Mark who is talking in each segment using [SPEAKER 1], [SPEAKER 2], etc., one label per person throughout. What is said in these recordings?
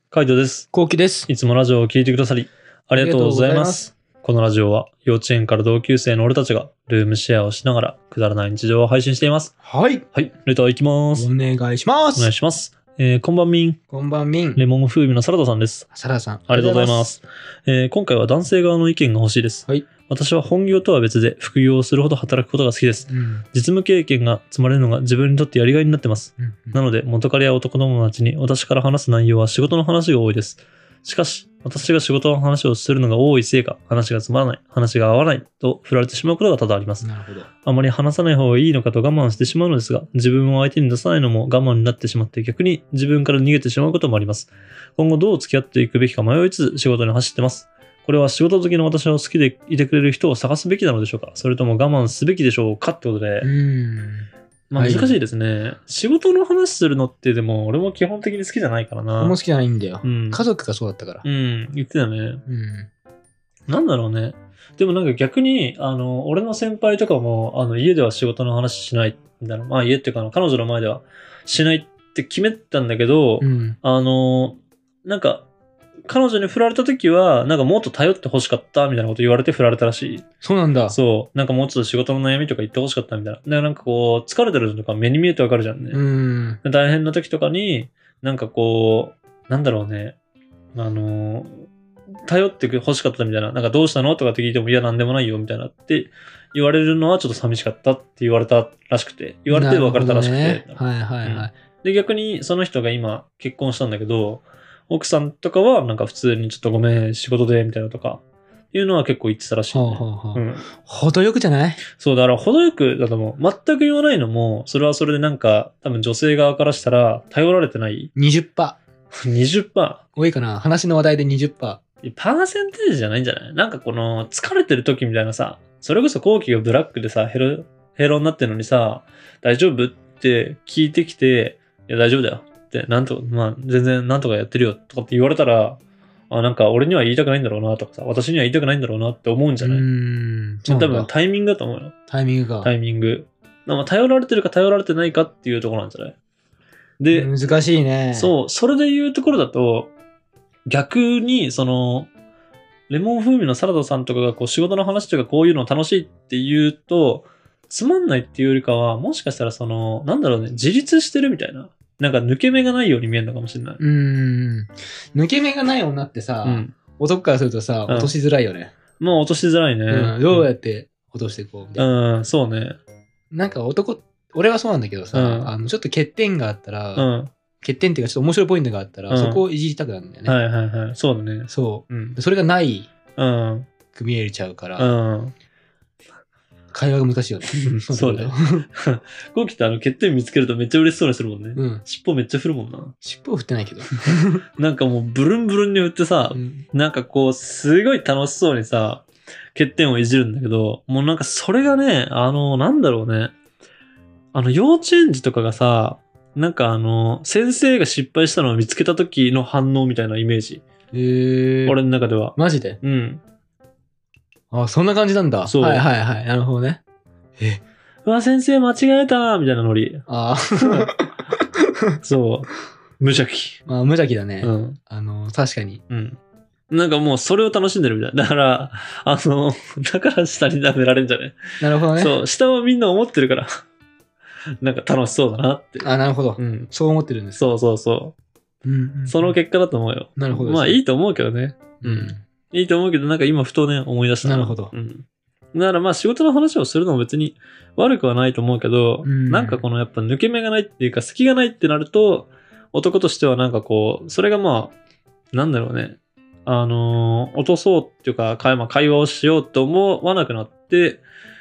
[SPEAKER 1] カイトです。
[SPEAKER 2] コウキです。
[SPEAKER 1] いつもラジオを聞いてくださり、ありがとうございます。このラジオは、幼稚園から同級生の俺たちが、ルームシェアをしながら、くだらない日常を配信しています。
[SPEAKER 2] はい。
[SPEAKER 1] はい、レターいきます。
[SPEAKER 2] お願いします。
[SPEAKER 1] お願いします。こんばんみん。
[SPEAKER 2] こんばんみん。
[SPEAKER 1] レモン風味のサラダさんです。
[SPEAKER 2] サラダさん。
[SPEAKER 1] ありがとうございます。今回は男性側の意見が欲しいです。
[SPEAKER 2] はい。
[SPEAKER 1] 私は本業とは別で副業をするほど働くことが好きです。実務経験が積まれるのが自分にとってやりがいになってます。なので元彼や男友達に私から話す内容は仕事の話が多いです。しかし、私が仕事の話をするのが多いせいか、話がつまらない、話が合わないと振られてしまうことが多々あります。
[SPEAKER 2] なるほど。
[SPEAKER 1] あまり話さない方がいいのかと我慢してしまうのですが、自分を相手に出さないのも我慢になってしまって逆に自分から逃げてしまうこともあります。今後どう付き合っていくべきか迷いつつ仕事に走ってます。これは仕事好きの私を好きでいてくれる人を探すべきなのでしょうか、それとも我慢すべきでしょうかってことで。まあ難しいですね、はい。仕事の話するのってでも俺も基本的に好きじゃないからな。
[SPEAKER 2] 俺も好きじゃないんだよ。
[SPEAKER 1] うん、
[SPEAKER 2] 家族がそうだったから。
[SPEAKER 1] 言ってたね。なんだろうね。でもなんか逆に、俺の先輩とかも、家では仕事の話しないみたいな。まあ家っていうか、彼女の前ではしないって決めたんだけど、なんか、彼女に振られた時は、なんかもっと頼って欲しかったみたいなこと言われて振られたらしい。
[SPEAKER 2] そうなんだ。
[SPEAKER 1] そう。なんかもうちょっと仕事の悩みとか言って欲しかったみたいな。だからなんかこう、疲れてるのとか目に見えてわかるじゃんね。大変な時とかに、なんかこう、なんだろうね。頼って欲しかったみたいな。なんかどうしたのとかって聞いても、いやなんでもないよみたいなって言われるのはちょっと寂しかったって言われたらしくて。言われて別れたらしくて。
[SPEAKER 2] はいはいはい。
[SPEAKER 1] で、逆にその人が今結婚したんだけど、奥さんとかはなんか普通にちょっとごめん仕事でみたいなとかいうのは結構言ってたらしい、ね。
[SPEAKER 2] 程よくじゃない？
[SPEAKER 1] そうだから程よくだと思う。全く言わないのもそれはそれでなんか多分女性側からしたら頼られてない。
[SPEAKER 2] 20%。
[SPEAKER 1] 20%。
[SPEAKER 2] 多いかな。話の話題で 20%。
[SPEAKER 1] パーセンテージじゃないんじゃない？なんかこの疲れてる時みたいなさ、それこそ後期がブラックでさヘロになってるのにさ、大丈夫って聞いてきて、いや大丈夫だよ。なんとまあ全然なんとかやってるよとかって言われたら、なんか俺には言いたくないんだろうなとかさ、私には言いたくないんだろうなって思うんじゃない？多分タイミングだと思うよ。
[SPEAKER 2] タイミングか。
[SPEAKER 1] タイミング。まあ、頼られてるか頼られてないかっていうところなんじゃない？で、
[SPEAKER 2] 難しいね。
[SPEAKER 1] そう、それで言うところだと、逆にそのレモン風味のサラダさんとかがこう仕事の話とかこういうの楽しいって言うと、つまんないっていうよりかは、もしかしたらそのなんだろうね、自立してるみたいな。なんか抜け目がないように見えるのかもしれない。
[SPEAKER 2] 抜け目がない女ってさ、男からするとさ、落としづらいよね。
[SPEAKER 1] もう落としづらいね。
[SPEAKER 2] どうやって落としていこうみたいな。
[SPEAKER 1] そうね。
[SPEAKER 2] なんか俺はそうなんだけどさ、ちょっと欠点があったら、欠点っていうかちょっと面白いポイントがあったら、そこをいじりたくなるんだよね。
[SPEAKER 1] はいはいはい。そうだね。
[SPEAKER 2] そう。それがないく見えちゃうから、会話が難しいよね。
[SPEAKER 1] そうだよ。コウキって欠点見つけるとめっちゃ嬉しそうにするもんね。尻尾めっちゃ振るもんな。
[SPEAKER 2] 尻尾振ってないけど。
[SPEAKER 1] なんかもうブルンブルンに振ってさ、なんかこうすごい楽しそうにさ、欠点をいじるんだけど、もうなんかそれがね、なんだろうね。幼稚園児とかがさ、なんか先生が失敗したのを見つけた時の反応みたいなイメージ。俺の中では。
[SPEAKER 2] マジで？あ、そんな感じなんだ。そう。はいはいはい。なるほどね。
[SPEAKER 1] うわ、先生間違えたみたいなノリ。そう。無邪気。
[SPEAKER 2] 無邪気だね。確かに。
[SPEAKER 1] なんかもうそれを楽しんでるみたいな。だから、だから下に舐められるんじゃね？
[SPEAKER 2] なるほどね。
[SPEAKER 1] そう、下はみんな思ってるから。なんか楽しそうだなって。
[SPEAKER 2] なるほど。そう思ってるんです。
[SPEAKER 1] そうそうそう。その結果だと思うよ。
[SPEAKER 2] なるほど。
[SPEAKER 1] まあいいと思うけどね。いいと思うけど、なんか今ふとね、思い出した。
[SPEAKER 2] なるほど。
[SPEAKER 1] だからまあ仕事の話をするのも別に悪くはないと思うけど、なんかこのやっぱ抜け目がないっていうか、隙がないってなると、男としてはなんかこう、それがまあ、なんだろうね、落とそうっていうか、会話をしようと思わなくなって、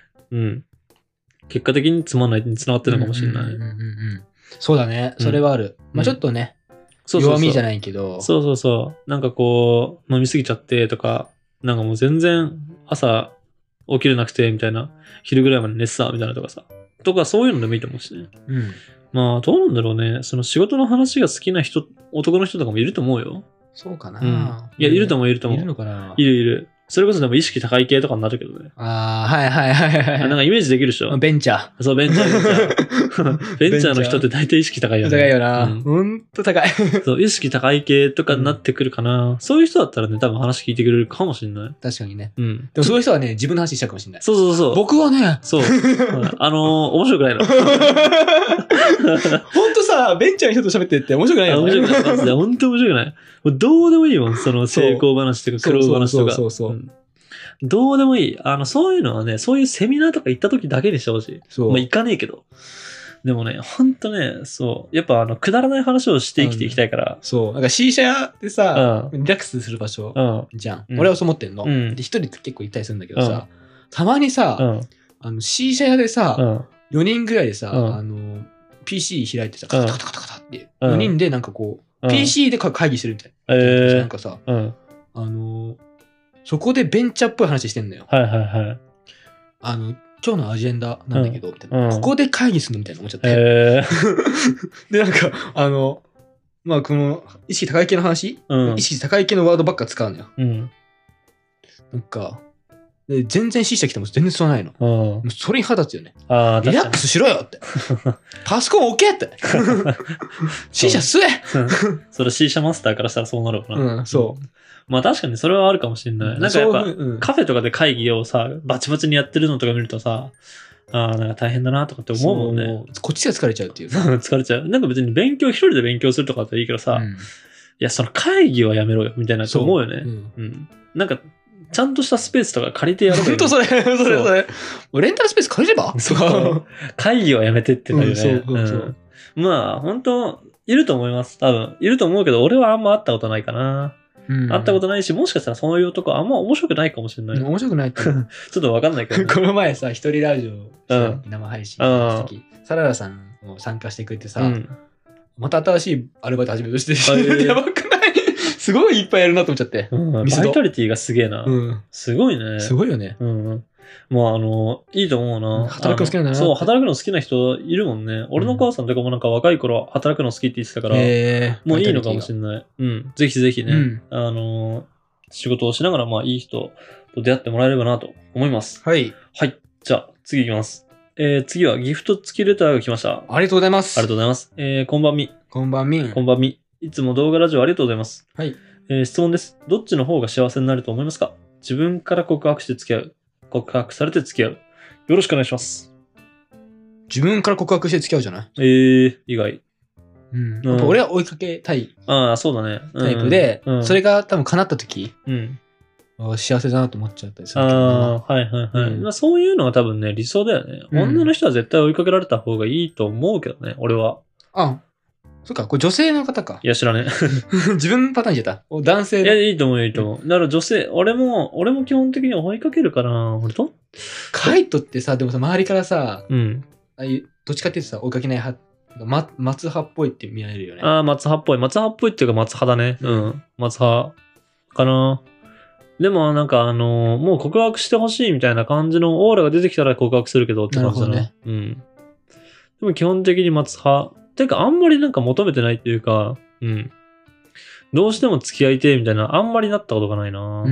[SPEAKER 1] 結果的につまんないにつながってるのかもしれない。
[SPEAKER 2] そうだね。それはある。まあちょっとね、弱みじゃないけど。
[SPEAKER 1] そうそうそう。なんかこう、飲みすぎちゃってとか、なんかもう全然朝起きれなくてみたいな、昼ぐらいまで寝てたみたいなとかさ。とかそういうのでもいいと思うしね。まあどうなんだろうね。その仕事の話が好きな人、男の人とかもいると思うよ。
[SPEAKER 2] そうかな。
[SPEAKER 1] いや、いると思う、いると思う。
[SPEAKER 2] いるのかな。
[SPEAKER 1] いるいる。 それこそでも意識高い系とかになるけどね。
[SPEAKER 2] ああ、はいはいはいはい。
[SPEAKER 1] なんかイメージできるでしょ。
[SPEAKER 2] ベンチャー。
[SPEAKER 1] そう、ベンチャー。ベンチャーの人って大体意識高いよね。
[SPEAKER 2] 高いよな。ほんと高い。
[SPEAKER 1] そう、意識高い系とかになってくるかな。そういう人だったらね、多分話聞いてくれるかもしれない。
[SPEAKER 2] 確かにね。
[SPEAKER 1] うん。
[SPEAKER 2] でもそういう人はね、自分の話しちゃうかもしれない。
[SPEAKER 1] そうそうそう。
[SPEAKER 2] 僕はね、
[SPEAKER 1] そう。面白くないの。
[SPEAKER 2] ほんとさ、ベンチャーの人と喋ってって面白くないよね。
[SPEAKER 1] 面白くない。ほんと面白くない。もうどうでもいいもん、その成功話とか苦労話とか。そう。どうでもいい。そういうのはね、そういうセミナーとか行った時だけにしてほしい。
[SPEAKER 2] そう。
[SPEAKER 1] まあ行かねえけど。でもね、ほんとね、そう。やっぱくだらない話をして生きていきたいから。
[SPEAKER 2] そう。なんか C 社でさ、リラックスする場所じゃん。俺はそう思ってんの。で、一人で結構行ったりするんだけどさ、たまにさ、C 社屋でさ、4人ぐらいでさ、PC 開いてさ、カタカタカタカタって、4人でなんかこう、PC で会議してるみたいな。なんかさ、そこでベンチャーっぽい話してんのよ。
[SPEAKER 1] はいはいはい。
[SPEAKER 2] 今日のアジェンダなんだけど、みたいな。ここで会議するのみたいな思っちゃって。で、なんか、まあ、この、意識高い系の話、意識高い系のワードばっか使うのよ。なんか、で全然 C 社来ても全然そうないの。それに腹立つよね。リラックスしろよって。パソコン置けって。C 社吸え
[SPEAKER 1] それ C 社マスターからしたらそうなるかな。
[SPEAKER 2] そう。
[SPEAKER 1] まあ確かにそれはあるかもしれない。なんかやっぱカフェとかで会議をさ、バチバチにやってるのとか見るとさ、なんか大変だなとかって思うもんね。
[SPEAKER 2] こっちが疲れちゃうっていう。
[SPEAKER 1] 疲れちゃう。なんか別に一人で勉強するとかだったらいいけどさ、いや、その会議はやめろよ、みたいなと思うよね。なんか、ちゃんとしたスペースとか借りてやる。
[SPEAKER 2] ほんとそれ。レンタルスペース借りれば
[SPEAKER 1] 会議はやめてってなるよね。まあ、本当いると思います。多分。いると思うけど、俺はあんま会ったことないかな。会ったことないし、もしかしたらそういう男あんま面白くないかもしれない。
[SPEAKER 2] 面白くないって。ちょ
[SPEAKER 1] っとわかんないけど。
[SPEAKER 2] この前さ、一人ラジオ生配信した時、サララさんも参加してくれてさ、また新しいアルバイト始めようとして、やばくないすごいいっぱいやるなと思っちゃって。
[SPEAKER 1] バイタリティがすげえな。すごいね。
[SPEAKER 2] すごいよね。
[SPEAKER 1] もう、いいと思うな。
[SPEAKER 2] 働くの好きなんだな。
[SPEAKER 1] そう、働くの好きな人いるもんね。俺の母さんとかもなんか若い頃働くの好きって言ってたから、もういいのかもしれない。ぜひぜひね、仕事をしながら、まあいい人と出会ってもらえればなと思います。
[SPEAKER 2] はい。
[SPEAKER 1] はい。じゃあ、次いきます。次はギフト付きレターが来ました。
[SPEAKER 2] ありがとうございます。
[SPEAKER 1] ありがとうございます。こんばんみ。
[SPEAKER 2] こんばんみ。
[SPEAKER 1] こんばんみ。いつも動画ラジオありがとうございます。
[SPEAKER 2] はい。
[SPEAKER 1] 質問です。どっちの方が幸せになると思いますか？自分から告白して付き合う。告白されて付き合う。よろしくお願いします。
[SPEAKER 2] 自分から告白して付き合うじゃない？
[SPEAKER 1] 意外。
[SPEAKER 2] やっぱ俺は追いかけたい。
[SPEAKER 1] そうだね。
[SPEAKER 2] タイプで、それが多分叶った時、幸せだなと思っちゃったりするけど。
[SPEAKER 1] はいはいはい。まあそういうのが多分ね、理想だよね。女の人は絶対追いかけられた方がいいと思うけどね、俺は。
[SPEAKER 2] そっか、これ女性の方か。
[SPEAKER 1] いや、知らね
[SPEAKER 2] え。自分パターンじゃった男性。
[SPEAKER 1] いや、いいと思う、いいと思う。だから女性、俺も基本的に追いかけるかな。俺と
[SPEAKER 2] カイトってさ、でもさ、周りからさ、どっちかっていうとさ、追いかけない派、松派っぽいって見られるよね。
[SPEAKER 1] 松派っぽい。松派っぽいっていうか松派だね。松派かな。でもなんかもう告白してほしいみたいな感じのオーラが出てきたら告白するけどって感じだね。でも基本的に松派。てかあんまりなんか求めてないっていうか、どうしても付き合いてみたいな、あんまりなったことがないな。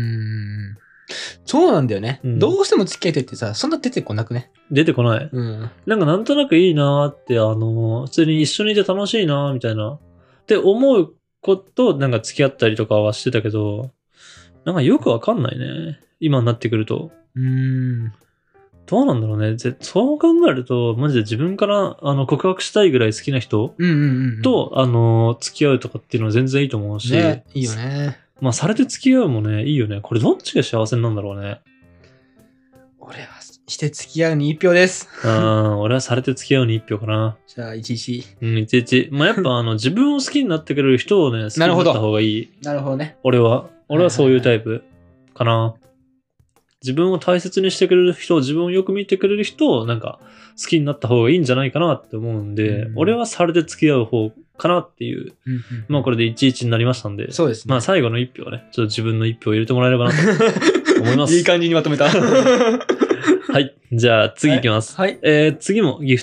[SPEAKER 2] そうなんだよね。どうしても付き合いてってさ、そんな出てこなくね。
[SPEAKER 1] 出てこない。なんかなんとなくいいなーって、普通に一緒にいて楽しいなーみたいな。って思うことなんか付き合ったりとかはしてたけど、なんかよくわかんないね。今になってくると。どうなんだろうね。そう考えると、マジで自分から告白したいぐらい好きな人と、付き合うとかっていうのは全然いいと思うし。
[SPEAKER 2] ね、いいよね。
[SPEAKER 1] まあ、されて付き合うもね、いいよね。これどっちが幸せなんだろうね。
[SPEAKER 2] 俺はして付き合うに1票です。
[SPEAKER 1] 俺はされて付き合うに1票かな。
[SPEAKER 2] じゃあ、11。
[SPEAKER 1] 11。まあ、やっぱ自分を好きになってくれる人をね、好きになった方がいい。
[SPEAKER 2] なるほどね。
[SPEAKER 1] 俺はそういうタイプかな。自分を大切にしてくれる人、自分をよく見てくれる人をなんか好きになった方がいいんじゃないかなって思うんで、俺はされて付き合う方かなっていう、まあこれで11になりましたんで、
[SPEAKER 2] そうですね。
[SPEAKER 1] まあ最後の1票ね、ちょっと自分の1票入れてもらえればなと思います。
[SPEAKER 2] いい感じにまとめた。
[SPEAKER 1] はい。じゃあ次いきます。
[SPEAKER 2] はい。
[SPEAKER 1] 次もギフト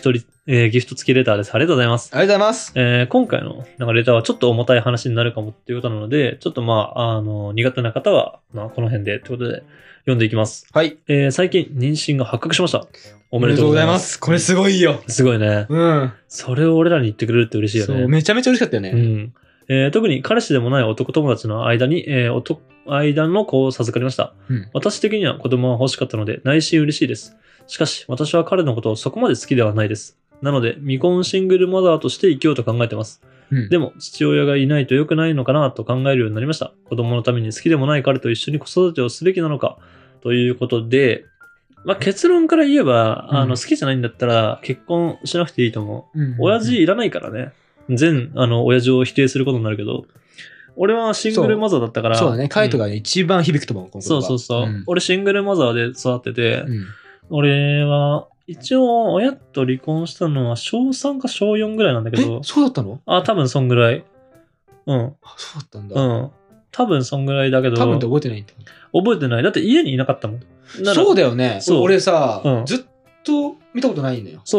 [SPEAKER 1] ギフト付きレターです。ありがとうございます。
[SPEAKER 2] ありがとうございます。
[SPEAKER 1] 今回のなんかレターはちょっと重たい話になるかもっていうことなので、ちょっと苦手な方は、この辺でってことで読んでいきます。
[SPEAKER 2] はい。
[SPEAKER 1] 最近妊娠が発覚しました。おめでとうございます。
[SPEAKER 2] これすごいよ。
[SPEAKER 1] すごいね。
[SPEAKER 2] うん。
[SPEAKER 1] それを俺らに言ってくれるって嬉しいよね。
[SPEAKER 2] そう、めちゃめちゃ嬉しかったよね。
[SPEAKER 1] うん。特に彼氏でもない男友達の間に、間の子を授かりました。私的には子供は欲しかったので内心嬉しいです。しかし、私は彼のことをそこまで好きではないです。なので、未婚シングルマザーとして生きようと考えてます。でも、父親がいないと良くないのかなと考えるようになりました。子供のために好きでもない彼と一緒に子育てをすべきなのかということで、結論から言えば、好きじゃないんだったら結婚しなくていいと思う。親父いらないからね。親父を否定することになるけど、俺はシングルマザーだったから。
[SPEAKER 2] そうだね。カイトが一番響くと思う。
[SPEAKER 1] そう。俺シングルマザーで育ってて、俺は、一応、親と離婚したのは小3か小4ぐらいなんだけど。
[SPEAKER 2] そうだったの？
[SPEAKER 1] 多分そんぐらい。うん。
[SPEAKER 2] そうだったんだ。
[SPEAKER 1] 多分そんぐらいだけど。
[SPEAKER 2] 多分って覚えてないんだ。
[SPEAKER 1] 覚えてない。だって家にいなかったもん。
[SPEAKER 2] そうだよね。俺さ、ずっと見たことないのよ。
[SPEAKER 1] そう。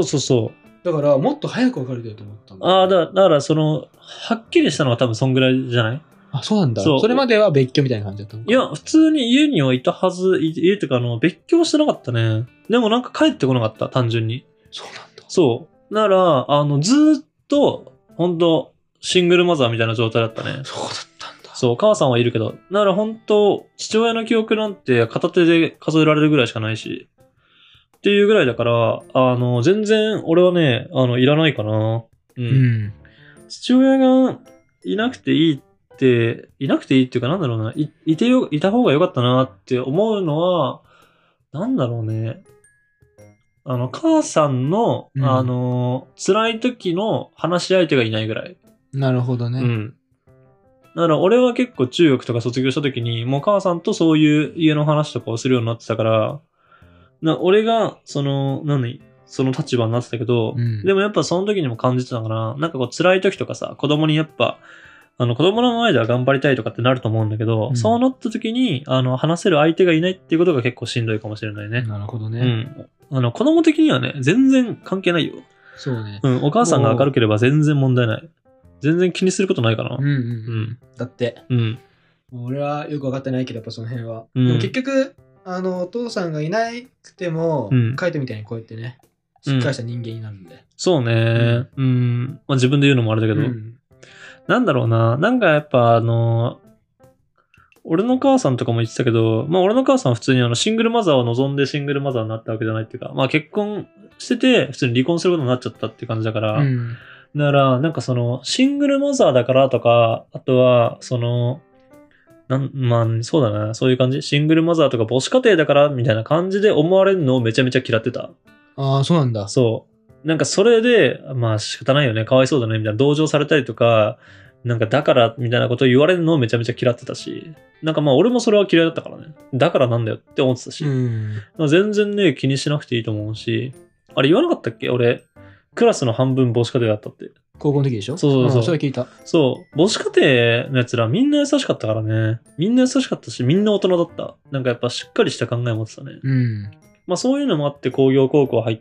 [SPEAKER 2] だから、もっと早く別れてると思ったんだ。
[SPEAKER 1] だから、はっきりしたのは多分そんぐらいじゃない？
[SPEAKER 2] そうなんだ。それまでは別居みたいな感じだったの？
[SPEAKER 1] いや、普通に家にはいたはず、家っていうか別居してなかったね。でもなんか帰ってこなかった、単純に。
[SPEAKER 2] そうなんだ。
[SPEAKER 1] そう。なら、ずーっと、本当シングルマザーみたいな状態だったね。
[SPEAKER 2] そうだったんだ。
[SPEAKER 1] そう、母さんはいるけど。なら本当父親の記憶なんて片手で数えられるぐらいしかないし。っていうぐらいだから、全然俺はね、いらないかな。父親がいなくていいっていうかなんだろうな、いた方が良かったなって思うのは、なんだろうね。母さんの、辛い時の話し相手がいないぐらい。
[SPEAKER 2] なるほどね。
[SPEAKER 1] だから俺は結構中学とか卒業した時に、もう母さんとそういう家の話とかをするようになってたから、俺が、その立場になってたけど、でもやっぱその時にも感じてたから、なんかこう辛い時とかさ、子供にやっぱ、子供の前では頑張りたいとかってなると思うんだけど、そうなった時に、話せる相手がいないっていうことが結構しんどいかもしれないね。
[SPEAKER 2] なるほどね。
[SPEAKER 1] 子供的にはね、全然関係ないよ。
[SPEAKER 2] そうね。
[SPEAKER 1] お母さんが明るければ全然問題ない。全然気にすることないかな。
[SPEAKER 2] だって、俺はよく分かってないけど、やっぱその辺は。でも結局、お父さんがいなくても、カイトみたいにこうやってね、しっかりした人間になるんで。
[SPEAKER 1] そうね。自分で言うのもあれだけど、なんだろうな。なんかやっぱ俺の母さんとかも言ってたけど、俺の母さんは普通にシングルマザーを望んでシングルマザーになったわけじゃないっていうか、結婚してて普通に離婚することになっちゃったっていう感じだから、だからなんかシングルマザーだからとか、あとはそうだな、そういう感じ。シングルマザーとか母子家庭だからみたいな感じで思われるのをめちゃめちゃ嫌ってた。
[SPEAKER 2] そうなんだ。
[SPEAKER 1] そう。なんかそれで、仕方ないよね、かわいそうだね、みたいな同情されたりとか、なんかだからみたいなことを言われるのをめちゃめちゃ嫌ってたし、なんか俺もそれは嫌いだったからね。だからなんだよって思ってたし。全然ね、気にしなくていいと思うし、あれ言わなかったっけ？俺、クラスの半分母子家庭だったって。
[SPEAKER 2] 高校の時でしょ？
[SPEAKER 1] そう。
[SPEAKER 2] それ聞いた。
[SPEAKER 1] そう。母子家庭のやつらみんな優しかったからね。みんな優しかったし、みんな大人だった。なんかやっぱしっかりした考えを持ってたね。そういうのもあって工業高校入って、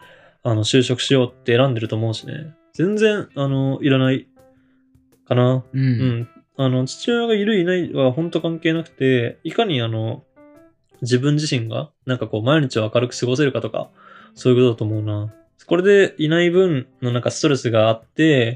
[SPEAKER 1] 就職しようって選んでると思うしね。全然、いらないかな。父親がいるいないは本当関係なくて、いかに自分自身が、なんかこう、毎日を明るく過ごせるかとか、そういうことだと思うな。これでいない分のなんかストレスがあって、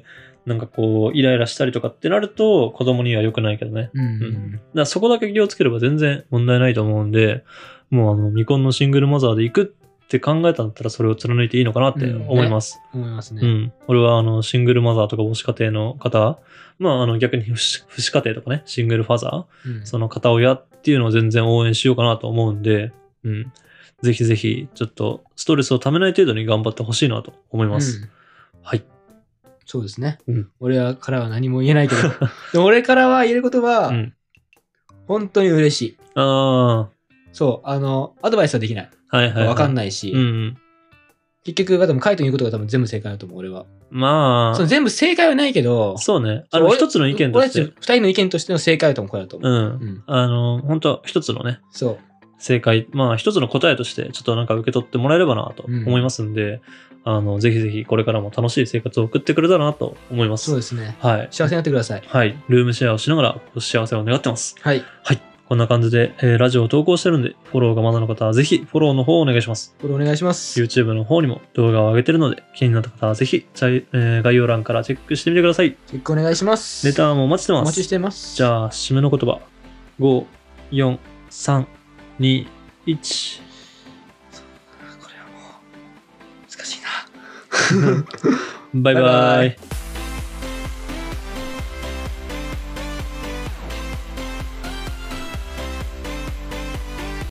[SPEAKER 1] なんかこう、イライラしたりとかってなると、子供には良くないけどね。だからそこだけ気をつければ全然問題ないと思うんで、もう未婚のシングルマザーで行くって考えたんだったらそれを貫いていいのかなって思います。
[SPEAKER 2] 思いますね。
[SPEAKER 1] 俺はシングルマザーとか母子家庭の方、逆に父家庭とかね、シングルファザー、その片親っていうのを全然応援しようかなと思うんで、ぜひぜひちょっとストレスをためない程度に頑張ってほしいなと思います。はい。
[SPEAKER 2] そうですね。俺からは何も言えないけど、でも俺からは言えることは、本当に嬉しい。そう、アドバイスはできない。わかんないし、結局、でもカイトの言うことが多分全部正解だと思う、俺は。その全部正解はないけど、
[SPEAKER 1] そうね。一つの意見として。
[SPEAKER 2] 俺たち二人の意見としての正解だと思う、これだと思う。
[SPEAKER 1] 本当一つのね。
[SPEAKER 2] そう。
[SPEAKER 1] 正解、まあ一つの答えとしてちょっとなんか受け取ってもらえればなと思いますんで、ぜひぜひこれからも楽しい生活を送ってくれたらなと思います。
[SPEAKER 2] そうですね。
[SPEAKER 1] はい。
[SPEAKER 2] 幸せになってください。
[SPEAKER 1] はい。ルームシェアをしながら幸せを願ってます。
[SPEAKER 2] はい。
[SPEAKER 1] はい。こんな感じで、ラジオを投稿してるんで、フォローがまだの方はぜひフォローの方をお願いします。
[SPEAKER 2] フォローお願いします。
[SPEAKER 1] YouTube の方にも動画を上げてるので、気になった方はぜひ、概要欄からチェックしてみてください。
[SPEAKER 2] チェックお願いします。
[SPEAKER 1] レターもお待ちしてます。
[SPEAKER 2] お待ちしてます。
[SPEAKER 1] じゃあ、締めの言葉。5、4、3、2、1。
[SPEAKER 2] これはもう、難しいな。
[SPEAKER 1] バイバイ。